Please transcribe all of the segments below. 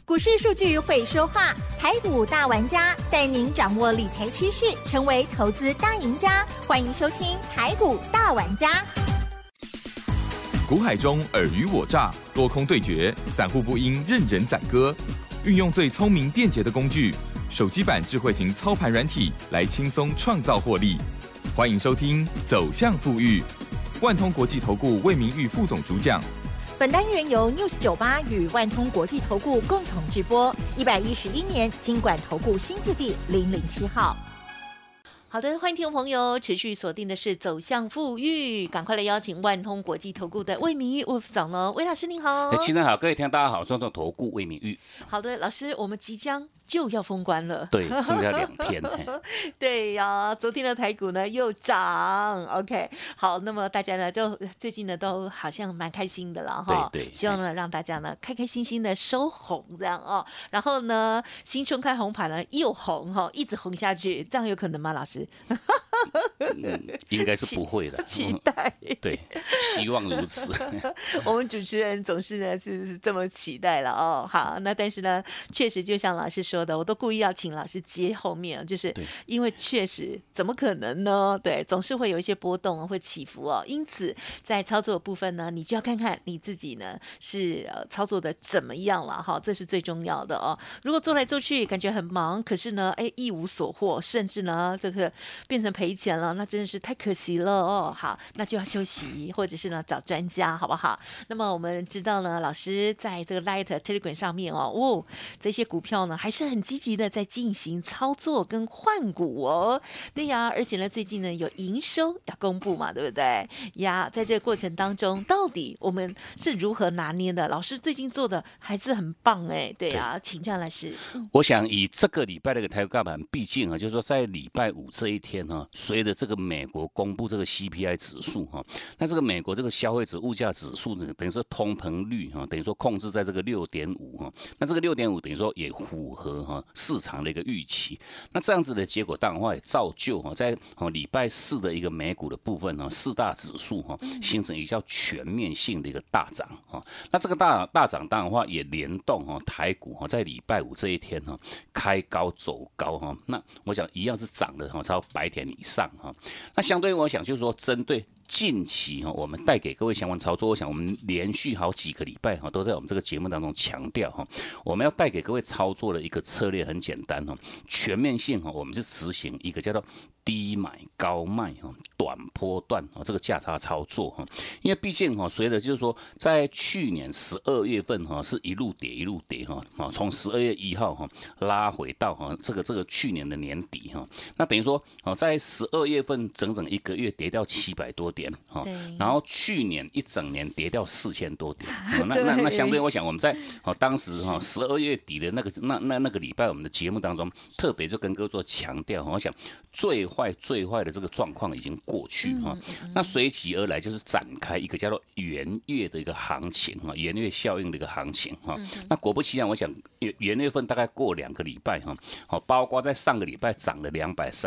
股市数据会说话，台股大玩家带您掌握理财趋势，成为投资大赢家。欢迎收听台股大玩家。 股海中尔虞我诈，多空对决，散户不应任人宰割。运用最聪明便捷的工具，手机版智慧型操盘软体来轻松创造获利。欢迎收听《走向富裕》，万通国际投顾魏明玉副总主讲。 本单元由 News98 与万通国际投顾共同直播，111年金管投顾新字第007号。好的，欢迎听众朋友持续锁定的是走向富裕，赶快来邀请万通国际投顾的魏明玉魏副总了。魏老师您好。 亲人好，各位听众大家好，我是万通投顾魏明玉。 好的，老师，我们即将就要封关了， 对，剩下2天。 对呀，昨天的台股呢又涨 ，OK， 好，那么大家呢就最近呢都好像蛮开心的了哈， 对， 希望呢让大家呢开开心心的收红这样哦，然后呢新春开红盘呢又红哈，一直红下去，这样有可能吗，老师？ 应该是不会的， 期待， 对，希望如此。 我们主持人总是呢是这么期待了哦。好，那但是呢，确实就像老师说的，我都故意要请老师接后面，就是因为确实怎么可能呢？对，总是会有一些波动会起伏哦。因此，在操作的部分呢，你就要看看你自己呢是操作的怎么样了哈，这是最重要的哦。如果做来做去感觉很忙，可是呢，一无所获，甚至呢这个变成赔钱了，那真的是太可惜了哦。好，那就要休息，或者是呢找专家，好不好？那么我们知道呢，老师在这个 Light Telegram 上面哦，这些股票呢还是很积极的在进行操作跟换股哦。对呀，而且呢最近呢有营收要公布嘛，对不对呀？在这个过程当中，到底我们是如何拿捏的？老师最近做的还是很棒哎，对呀，请教老师。 我想以这个礼拜的一个台股大盘，毕竟就是说在礼拜5这一天哈，随着这个美国公布这个 CPI 指数哈，那这个美国这个消费者物价指数呢，等于说通膨率哈，等于说控制在这个6.5哈，那这个6.5等于说也符合哈市场的一个预期。那这样子的结果，当然话也造就哈，在礼拜4的一个美股的部分哈，4大指数哈形成一个全面性的一个大涨哈。那这个大涨当然话也联动哈台股哈，在礼拜5这一天哈开高走高哈，那我想一样是涨了哈超100点以上哈。那相对我想就是说针对近期我们带给各位相关操作，我想我们连续好几个礼拜都在我们这个节目当中强调我们要带给各位操作的一个策略很简单全面性我们是执行一个叫做低买高卖短波段这个价差操作因为毕竟随着就是说在去年12月份是一路跌一路跌从12月1号拉回到这个去年的年底那等于说在12月份整整1个月跌掉700多点然后去年一整年跌掉4000多点那相对我想我们在当时12月底的那个礼拜我们的节目当中特别就跟各位做强调我想最坏的这个状况已经过去那随即而来就是展开一个叫做元月的一个行情元月效应的一个行情那果不其然我想元月份大概过2个礼拜包括在上个礼拜涨了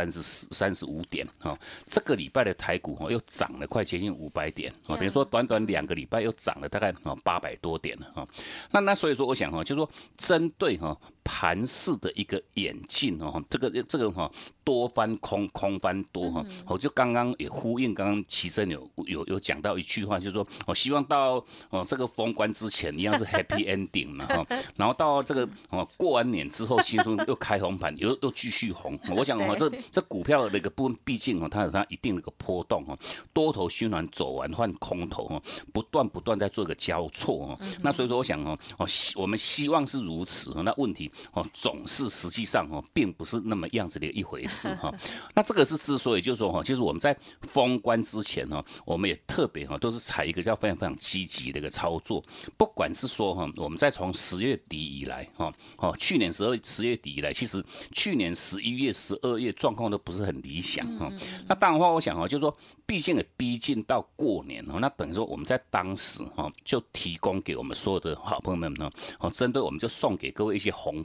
235点这个礼拜的台股又涨了快接近500点等于说短2个礼拜又涨了大概800多点了那所以说我想就是说针对盘势的一个演进这个多翻空翻多我就刚刚也呼应刚刚齐生有讲到一句话，就是说我希望到这个封关之前一样是 happy ending 嘛然后到这个过完年之后新春又开红盘又继续红我想这股票的一个部分毕竟它有它一定的一个波动多头循环走完换空头不断在做一个交错那所以说我想我们希望是如此那问题总是实际上并不是那么样子的一回事那这个是之所以就是说其实我们在封关之前我们也特别都是采一个叫非常积极的一个操作，不管是说我们在从10月底以来去年10月底以来，其实去年11月12月状况都不是很理想那当然话我想就是说毕竟也逼近到过年那等于说我们在当时就提供给我们所有的好朋友们针对我们就送给各位一些红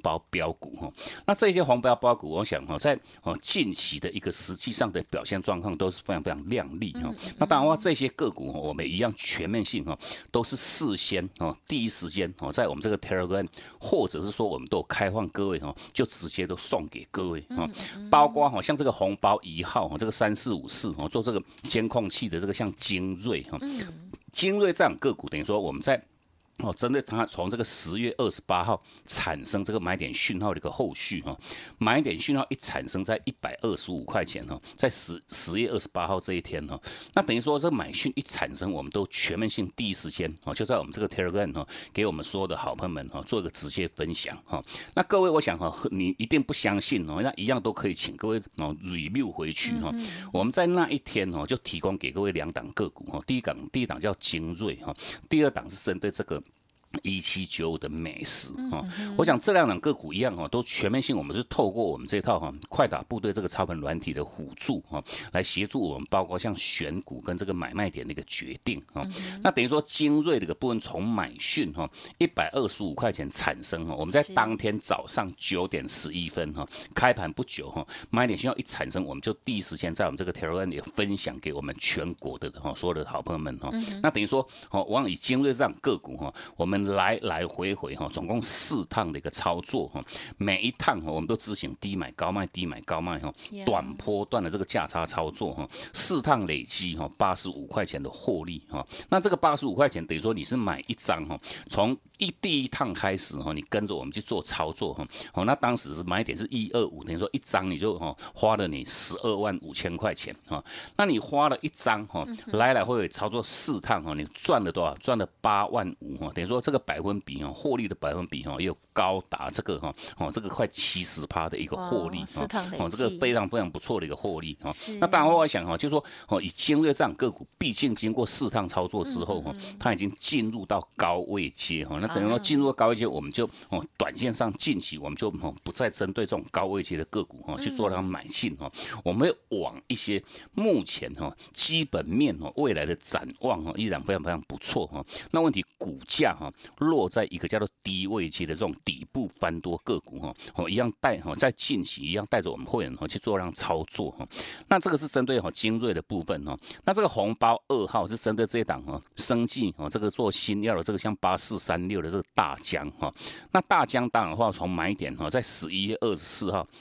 包标股哈。那这些红包标股，我想哈，在近期的一个实际上的表现状况都是非常非常亮丽哈。那当然话，这些个股我们一样全面性哈，都是事先第一时间在我们这个 Telegram 或者是说我们都有开放各位就直接都送给各位包括像这个红包1号这个3454做这个监控器的这个像精锐精锐这样个股，等于说我们在针对它从这个10月28号产生这个买点讯号的一个后续买点讯号一产生在125块钱在10月28号这一天那等于说这个买讯一产生，我们都全面性第一时间就在我们这个 Telegram 给我们所有的好朋友们做一个直接分享那各位我想你一定不相信那一样都可以请各位review 回去我们在那一天就提供给各位2档个股第一档叫精锐第二档是针对这个1795的美食我想这2档个股一样都全面性，我们是透过我们这套快打部队这个操盘软体的辅助来协助我们，包括像选股跟这个买卖点的一个决定那等于说精锐的一个部分从买讯125块钱产生我们在当天早上9点11分开盘不久买点讯号一产生，我们就第一时间在我们这个 Telegram 也分享给我们全国的所有的好朋友们那等于说往以精锐这样个股我们来回总共4趟的一个操作每一趟我们都执行低买高卖低买高卖短波段的这个价差操作4趟累积85块钱的获利那这个85块钱等于说你是买一张从第一趟开始你跟着我们去做操作那当时是买点是125，等于说一张你就花了你12万5千块钱那你花了一张来来回回操作4趟你赚了多少？赚了8万5等于说这个百分比获利的百分比也有高达这个这个快70%的一个获利这个非常非常不错的一个获利那当然我想就是说以精锐这样个股，毕竟经过4趟操作之后它已经进入到高位阶那等于说进入到高位阶，我们就短线上近期我们就不再针对这种高位阶的个股去做它买进我们会往一些目前基本面未来的展望依然非常非常不错那问题股价落在一个叫做低位阶的这种底部翻多个股一样在近期一样带着我们会员去做让操作那这个是针对精锐的部分那这个红包2号是针对这一档生技这个做新药的这个像8436的这个大江那大江当然的话从买点在11月24号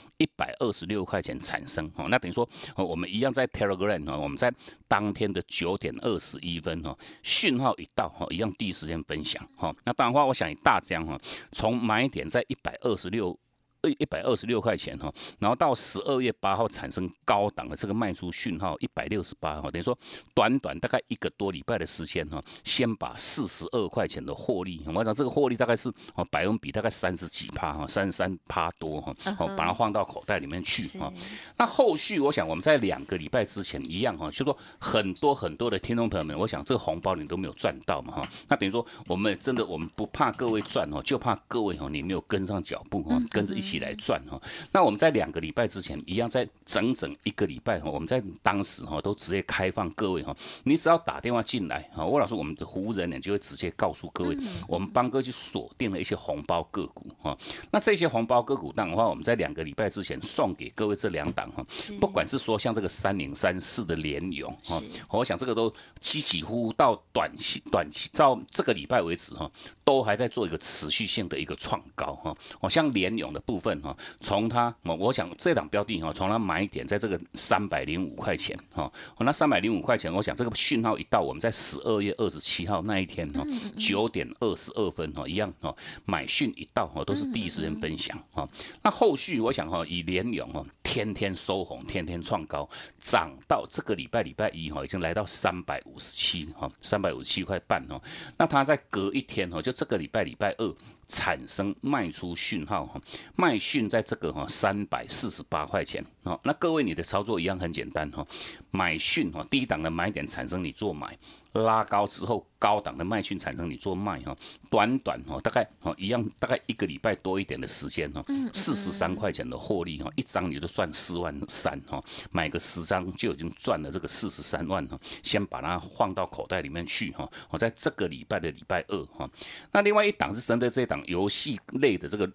126块钱产生那等于说我们一样在 Telegram 我们在当天的9点21分讯号一到一样第一时间分享那当然话我想以大江从买点在126块钱然后到12月8号产生高档的这个卖出讯号168等于说短大概1个多礼拜的时间先把42块钱的获利，我想这个获利大概是百分比大概30几%， 33%多把它放到口袋里面去那后续我想我们在2个礼拜之前一样就说很多的听众朋友们，我想这个红包你都没有赚到嘛那等于说我们真的我们不怕各位赚就怕各位你没有跟上脚步跟着一起来赚那我们在2个礼拜之前一样，在整1个礼拜我们在当时都直接开放各位你只要打电话进来我老师我们的服务人员就会直接告诉各位我们帮各位去锁定了一些红包个股那这些红包个股当然的话，我们在2个礼拜之前送给各位这2档不管是说像这个3034的联咏我想这个都几乎到短期到这个礼拜为止都还在做一个持续性的一个创高像联咏的部分从它我想这档标的从它买点在这个305块钱那305块钱我想这个讯号一到，我们在12月27号那一天9点22分一样买讯一到都是第一时间分享那后续我想以联咏天天收红天天创高，涨到这个礼拜1已经来到357块半那它在隔一天就这个礼拜2产生卖出讯号卖讯在这个348块钱那各位你的操作一样很简单买讯低档的买点产生你做买，拉高之后高档的卖讯产生你做卖短大概一样大概1个礼拜多一点的时间43块钱的获利一张你就赚4万3买个10张就已经赚了这个43万先把它放到口袋里面去在这个礼拜的礼拜2那另外一档是针对这一档游戏类的这个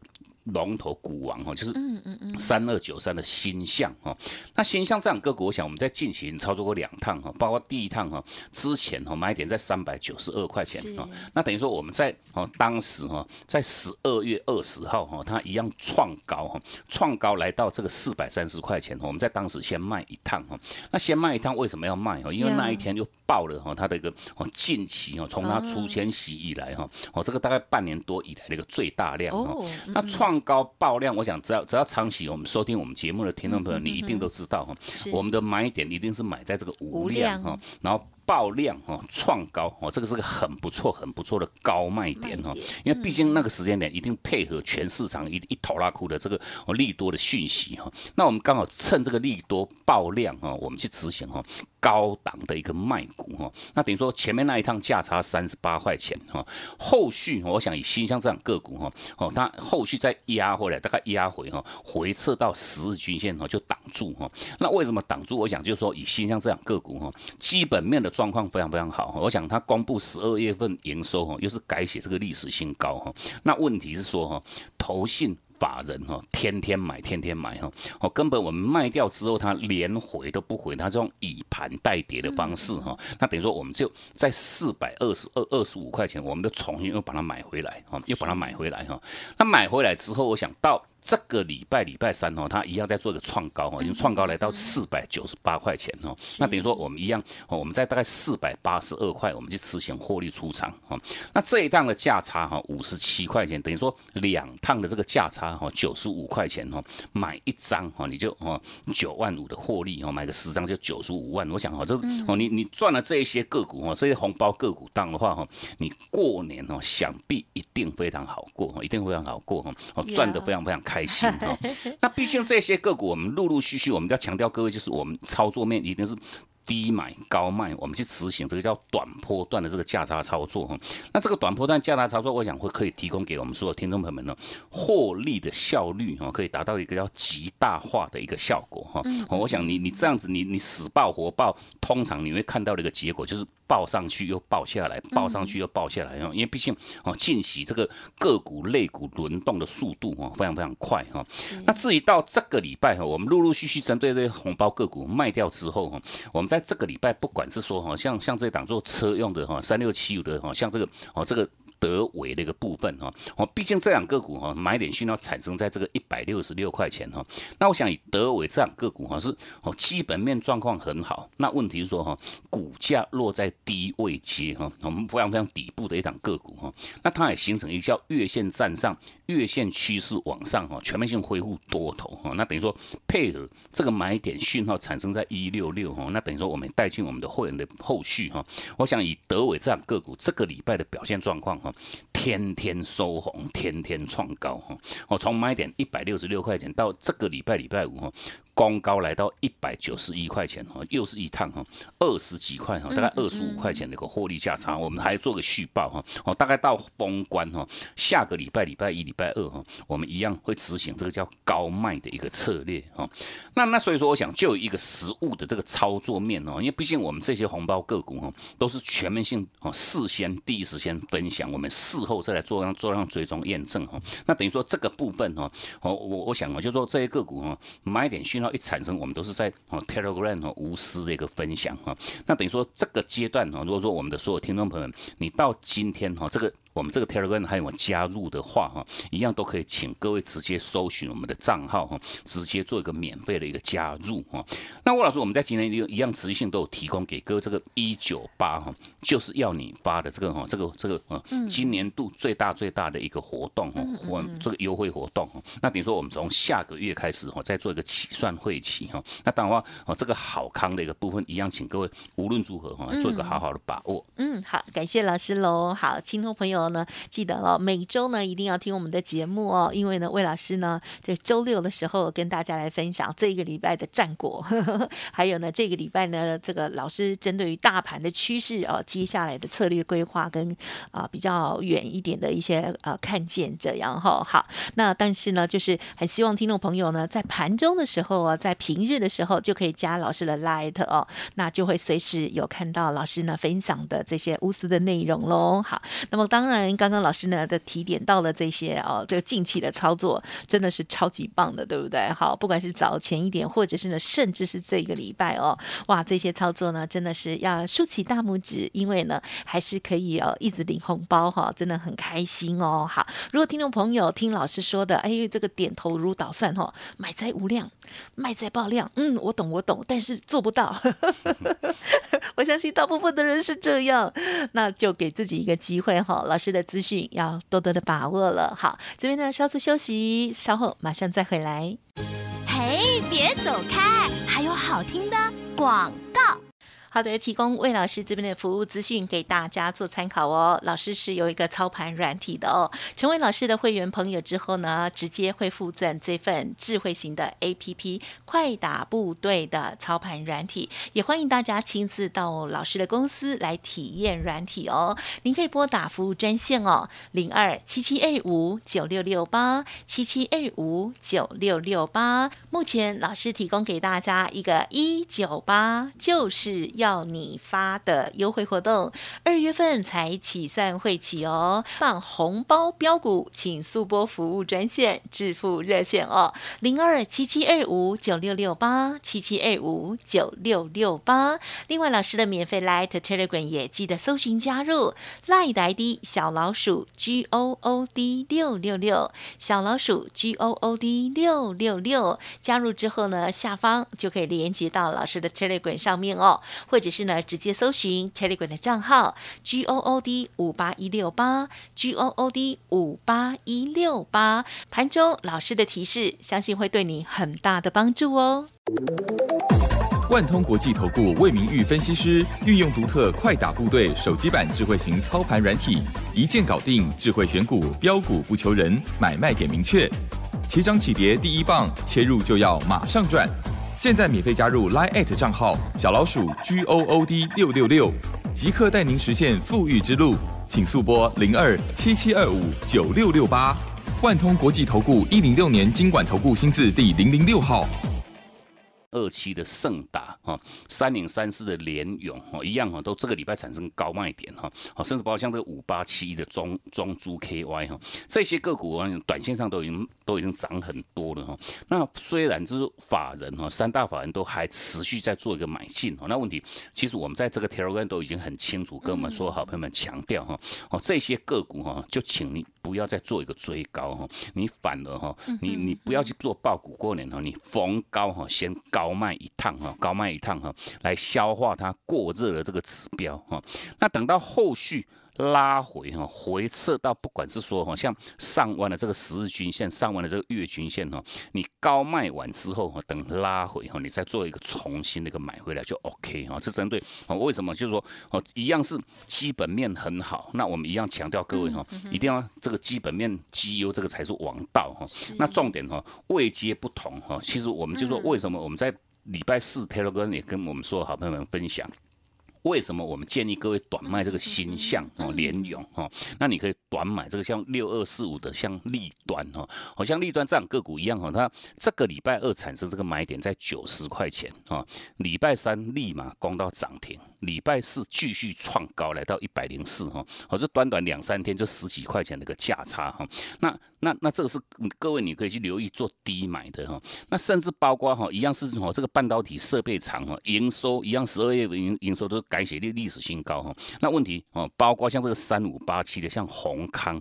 龙头股王就是3293的鑫象那鑫象这档个股，我想我们在近期操作过2趟包括第一趟之前买点在392块钱那等于说我们在当时在12月20号它一样创高来到这个430块钱我们在当时先卖一趟那先卖一趟为什么要卖因为那一天就爆了它的一个近期从它出千息以来这个大概半年多以来的一个最大量那创高爆量，我想只要长期我们收听我们节目的听众朋友，你一定都知道我们的买点一定是买在这个无量然后爆量创高这个是个很不错的高卖点因为毕竟那个时间点一定配合全市场一头拉库的这个利多的讯息那我们刚好趁这个利多爆量我们去执行高档的一个卖股那等于说前面那一趟价差38块钱后续我想以鑫象这样个股它后续再压回来，大概压回回撤到10日均线就挡住那为什么挡住？我想就是说以鑫象这样个股基本面的状况非常非常好我想它公布12月份营收又是改写这个历史新高那问题是说投信法人天天买根本我们卖掉之后它连回都不回，它这种以盘代跌的方式那等于说我们就在425块钱我们就重新又把它买回来那买回来之后我想到这个礼拜三它一样在做一个创高已经创高来到498块钱那等于说我们一样我们在大概482块我们去执行获利出场那这一趟的价差57块钱，等于说2趟的这个价差95块钱买一张你就9万5的获利买个10张就95万，我想这你赚了这一些个股这些红包个股档的话你过年想必一定非常好过赚得非常非常开心那毕竟这些个股我们陆续我们要强调各位，就是我们操作面一定是低买高卖，我们去执行这个叫短波段的这个价差操作那这个短波段价差操作，我想可以提供给我们所有听众朋友们获利的效率可以达到一个叫极大化的一个效果我想你这样子你死抱活抱，通常你会看到的一个结果就是抱上去又抱下来，抱上去又抱下来因为毕竟近期这个个股类股轮动的速度非常非常快那至于到这个礼拜我们陆续针对这些红包个股卖掉之后我们在这个礼拜不管是说像这档做车用的3675的像这个德微的一个部分毕竟这两个股买点讯号产生在这个166块钱那我想以德微这两个股是基本面状况很好，那问题是说股价落在低位阶我们非常非常底部的一档个股那它也形成一个叫月线站上，月线趋势往上全面性恢复多头那等于说配合这个买点讯号产生在166那等于说我们带进我们的会员的后续我想以德微这档个股这个礼拜的表现状况天天收红，天天创高从买点166块钱到这个礼拜五攻高来到191块钱又是一趟20几块大概25块钱的一个获利价差我们还做个续报大概到封关下个礼拜1、礼拜2我们一样会执行这个叫高卖的一个策略那所以说我想就有一个实务的这个操作面因为毕竟我们这些红包个股都是全面性事先第一时间分享，我们事后再来做上追踪验证那等于说这个部分我想就是说这些个股买点讯号一产生，我们都是在Telegram 无私的一个分享那等于说这个阶段如果说我们的所有听众朋友们，你到今天我们这个 Telegram 还有加入的话一样都可以请各位直接搜寻我们的账号直接做一个免费的一个加入那魏老师我们在今天一样持续性都有提供给各位这个198就是要你发的这个今年度最大的一个活动这个优惠活动那等于说我们从下个月开始再做一个起算会期那当然话这个好康的一个部分一样请各位无论如何做一个好好的把握好，感谢老师喽。好，听众朋友呢记得了每周呢一定要听我们的节目因为呢魏老师呢这周六的时候跟大家来分享这个礼拜的战果还有呢这个礼拜呢这个老师针对于大盘的趋势接下来的策略规划跟比较远一点的一些看见这样好，那但是呢就是很希望听众朋友呢在盘中的时候在平日的时候就可以加老师的 Light 那就会随时有看到老师呢分享的这些无私的内容咯。好，那么当然然刚刚老师呢的提点到了这些这个近期的操作真的是超级棒的，对不对？好，不管是早前一点，或者是呢，甚至是这个礼拜哇，这些操作呢真的是要竖起大拇指，因为呢还是可以一直领红包真的很开心哦。好，如果听众朋友听老师说的，这个点头如捣蒜买在无量，卖在爆量，我懂，但是做不到。我相信大部分的人是这样，那就给自己一个机会老师的资讯要多多的把握了。好，这边呢稍作休息，稍后马上再回来。 嘿，别走开，还有好听的广告。 好的，提供魏老师这边的服务资讯给大家做参考哦。老师是有一个操盘软体的成为老师的会员朋友之后呢，直接会附赠这份智慧型的 APP 快打部队的操盘软体，也欢迎大家亲自到老师的公司来体验软体哦。您可以拨打服务专线02-7725-9668，7725-9668。目前老师提供给大家一个198，就是要你发的优惠活动，2月份才起算会期哦。放红包标股，请速拨服务专线致富热线02-7725-9668，7725-9668。另外，老师的免费 Light Telegram 也记得搜寻加入 ，Light 的 ID 小老鼠 GOOD666， 小老鼠 GOOD666。加入之后呢，下方就可以连接到老师的 Telegram 上面或者是呢直接搜寻 Telegram 的账号 GOOD58168 GOOD58168。盘中老师的提示，相信会对你很大的帮助哦。 万通国际投顾魏明玉分析师运用独特快打部队手机版智慧型操盘软体，一键搞定智慧选股，标股不求人，买卖点明确，起涨起跌第一棒，切入就要马上赚。现在免费加入 Line@ 账号小老鼠 GOOD666， 即刻带您实现富裕之路，请速拨02-7725-9668。万通国际投顾106年金管投顾新字第006号。 27的盛达3034的联咏一样都这个礼拜产生高卖点甚至包括像这个5871的中珠 KY 这些个股短线上都已经涨很多了那虽然就是法人3大法人都还持续在做一个买进那问题其实我们在这个 Telegram 都已经很清楚跟我们说好朋友们强调这些个股就请你不要再做一个追高你反而你不要去做抱股过年你逢高先高卖一趟来消化它过热的这个指标那等到后续拉回回撤到不管是说像上弯的这个10日均线，上弯的这个月均线你高卖完之后等拉回你再做一个重新的一个买回来就 OK 这针对为什么就是说一样是基本面很好，那我们一样强调各位一定要这个基本面绩优，这个才是王道那重点位阶不同其实我们就说为什么我们在礼拜4 Telegram 也跟我们所有好朋友们分享。为什么我们建议各位短卖这个新象联咏那你可以短买这个像6245的像立端像立端这样个股一样它这个礼拜2产生这个买点在90块钱礼拜3立马攻到涨停，礼拜4继续创高来到104这短2-3天就10几块钱的一个价差那这个是各位你可以去留意做低买的那甚至包括一样是这个半导体设备厂营收一样12月营收都改写历史新高那问题包括像这个3587的像宏康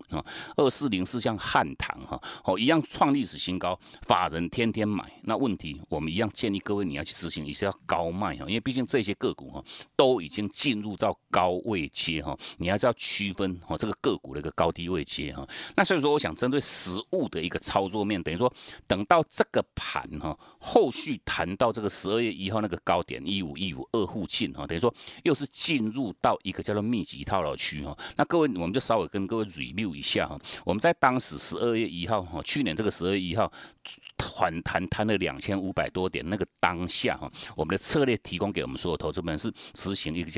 2404像汉唐一样创历史新高，法人天天买。那问题我们一样建议各位你要去执行，也是要高卖因为毕竟这些个股都已经进入到高位阶你还是要区分这个个股的一个高低位阶那所以说我想针对实务的一个操作面，等于说等到这个盘后续谈到这个12月1号那个高点15152附近等于说又是进入到一个叫做密集套牢区那各位我们就稍微跟各位 review 一下我们在当时12月1号去年这个12月1号反弹摊了2500多点，那个当下我们的策略提供给我们所有投资人是执行一个叫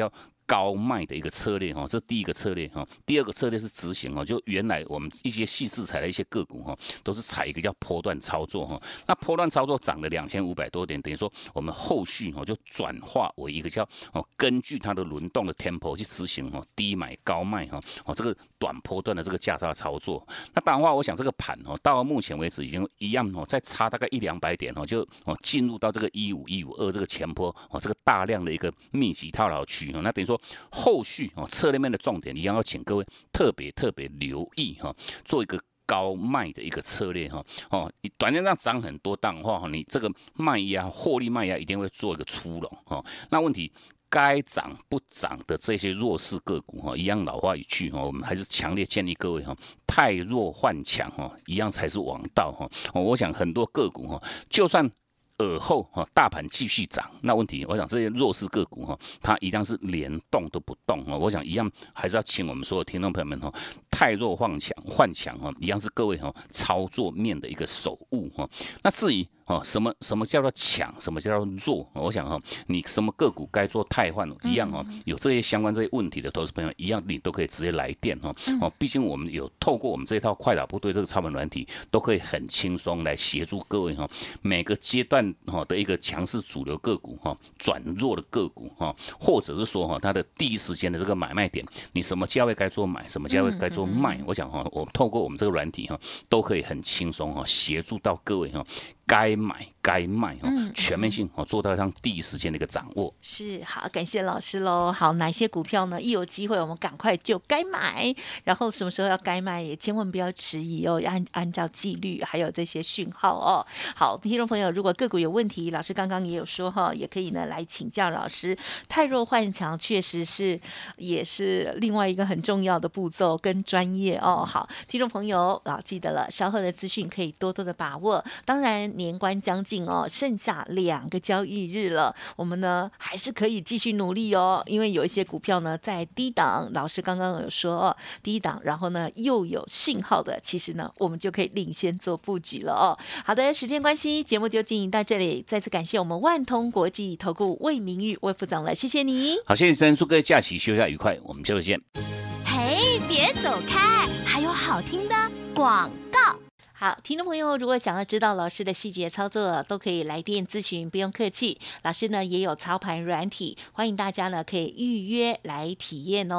高卖的一个策略这是第一个策略第二个策略是执行就原来我们一些细制裁的一些个股都是采一个叫波段操作那波段操作涨了2500多点，等于说我们后续就转化为一个叫根据它的轮动的 tempo 去执行低买高卖这个短波段的这个价差操作。那当然话，我想这个盘到目前为止已经一样再差大概100-200点就进入到这个15152这个前波这个大量的一个密集套牢区那等于说后续策略面的重点一样要请各位特别留意做一个高卖的一个策略你短线上涨很多档的话你这个卖压获利卖压一定会做一个出笼那问题该涨不涨的这些弱势个股一样老话一句我们还是强烈建议各位太弱换强一样才是王道我想很多个股就算而后大盘继续涨，那问题我想这些弱势个股它一样是连动都不动我想一样还是要请我们所有听众朋友们太弱换强一样是各位操作面的一个守护那至于什么叫做强，什么叫做弱？我想你什么个股该做汰换一样有这些相关这些问题的投资朋友一样，你都可以直接来电毕竟我们有透过我们这一套快打部队这个操盘软体，都可以很轻松来协助各位每个阶段的一个强势主流个股转弱的个股或者是说它的第一时间的这个买卖点，你什么价位该做买，什么价位该做卖，我想我透过我们这个软体都可以很轻松协助到各位该买该卖全面性做到像第一时间的一个掌握。 是，好，感谢老师喽。好，哪些股票呢？一有机会我们赶快就该买，然后什么时候要该卖也千万不要迟疑按照纪律还有这些讯号好，听众朋友，如果个股有问题，老师刚刚也有说也可以呢来请教老师。太弱换强确实是也是另外一个很重要的步骤跟专业好，听众朋友记得了，稍后的资讯可以多多的把握。当然年关将近剩下2个交易日了，我们呢还是可以继续努力因为有一些股票呢在低档，老师刚刚有说低档，然后呢又有信号的，其实呢我们就可以领先做布局了好的，时间关系，节目就进行到这里，再次感谢我们万通国际投顾魏明玉魏副总了，谢谢你。 好，谢谢，祝各位假期休假愉快，我们下次见。 嘿，别走开，还有好听的广告。 好，听众朋友，如果想要知道老师的细节操作，都可以来电咨询，不用客气。老师呢也有操盘软体，欢迎大家呢可以预约来体验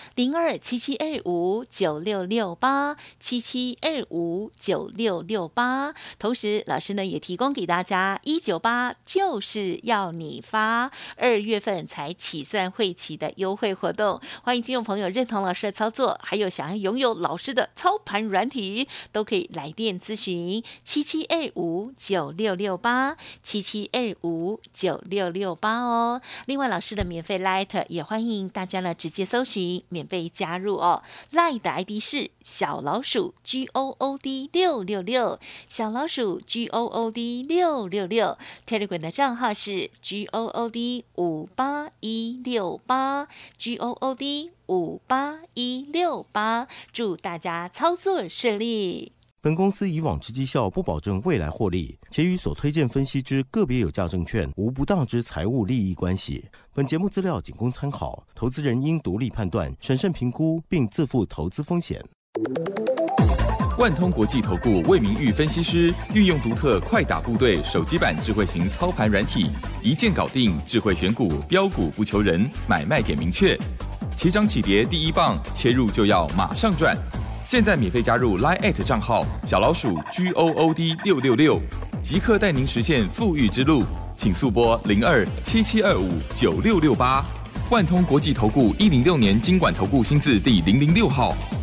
02-7725-9668，7725-9668。同时，老师呢也提供给大家198就是要你发，2月份才起算会期的优惠活动。欢迎听众朋友认同老师的操作，还有想要拥有老师的操盘软体，都可以来电咨询7725-9668，7725-9668另外，老师的免费 LINE 也欢迎大家呢直接搜寻免费加入LINE 的 ID 是小老鼠 GOOD666， 小老鼠 GOOD666， Telegram 的账号是 GOOD58168 GOOD58168， 祝大家操作顺利。 本公司以往之绩效不保证未来获利，且与所推荐分析之个别有价证券无不当之财务利益关系。本节目资料仅供参考，投资人应独立判断、审慎评估，并自负投资风险。 万通国际投顾魏明玉分析师运用独特快打部队手机版智慧型操盘软体，一键搞定智慧选股，标股不求人，买卖点明确，起涨起跌第一棒，切入就要马上赚。现在免费加入 LINE@ 账号小老鼠 GOOD666， 即刻带您实现富裕之路，请速拨02-7725-9668。万通国际投顾106年金管投顾新字第006号。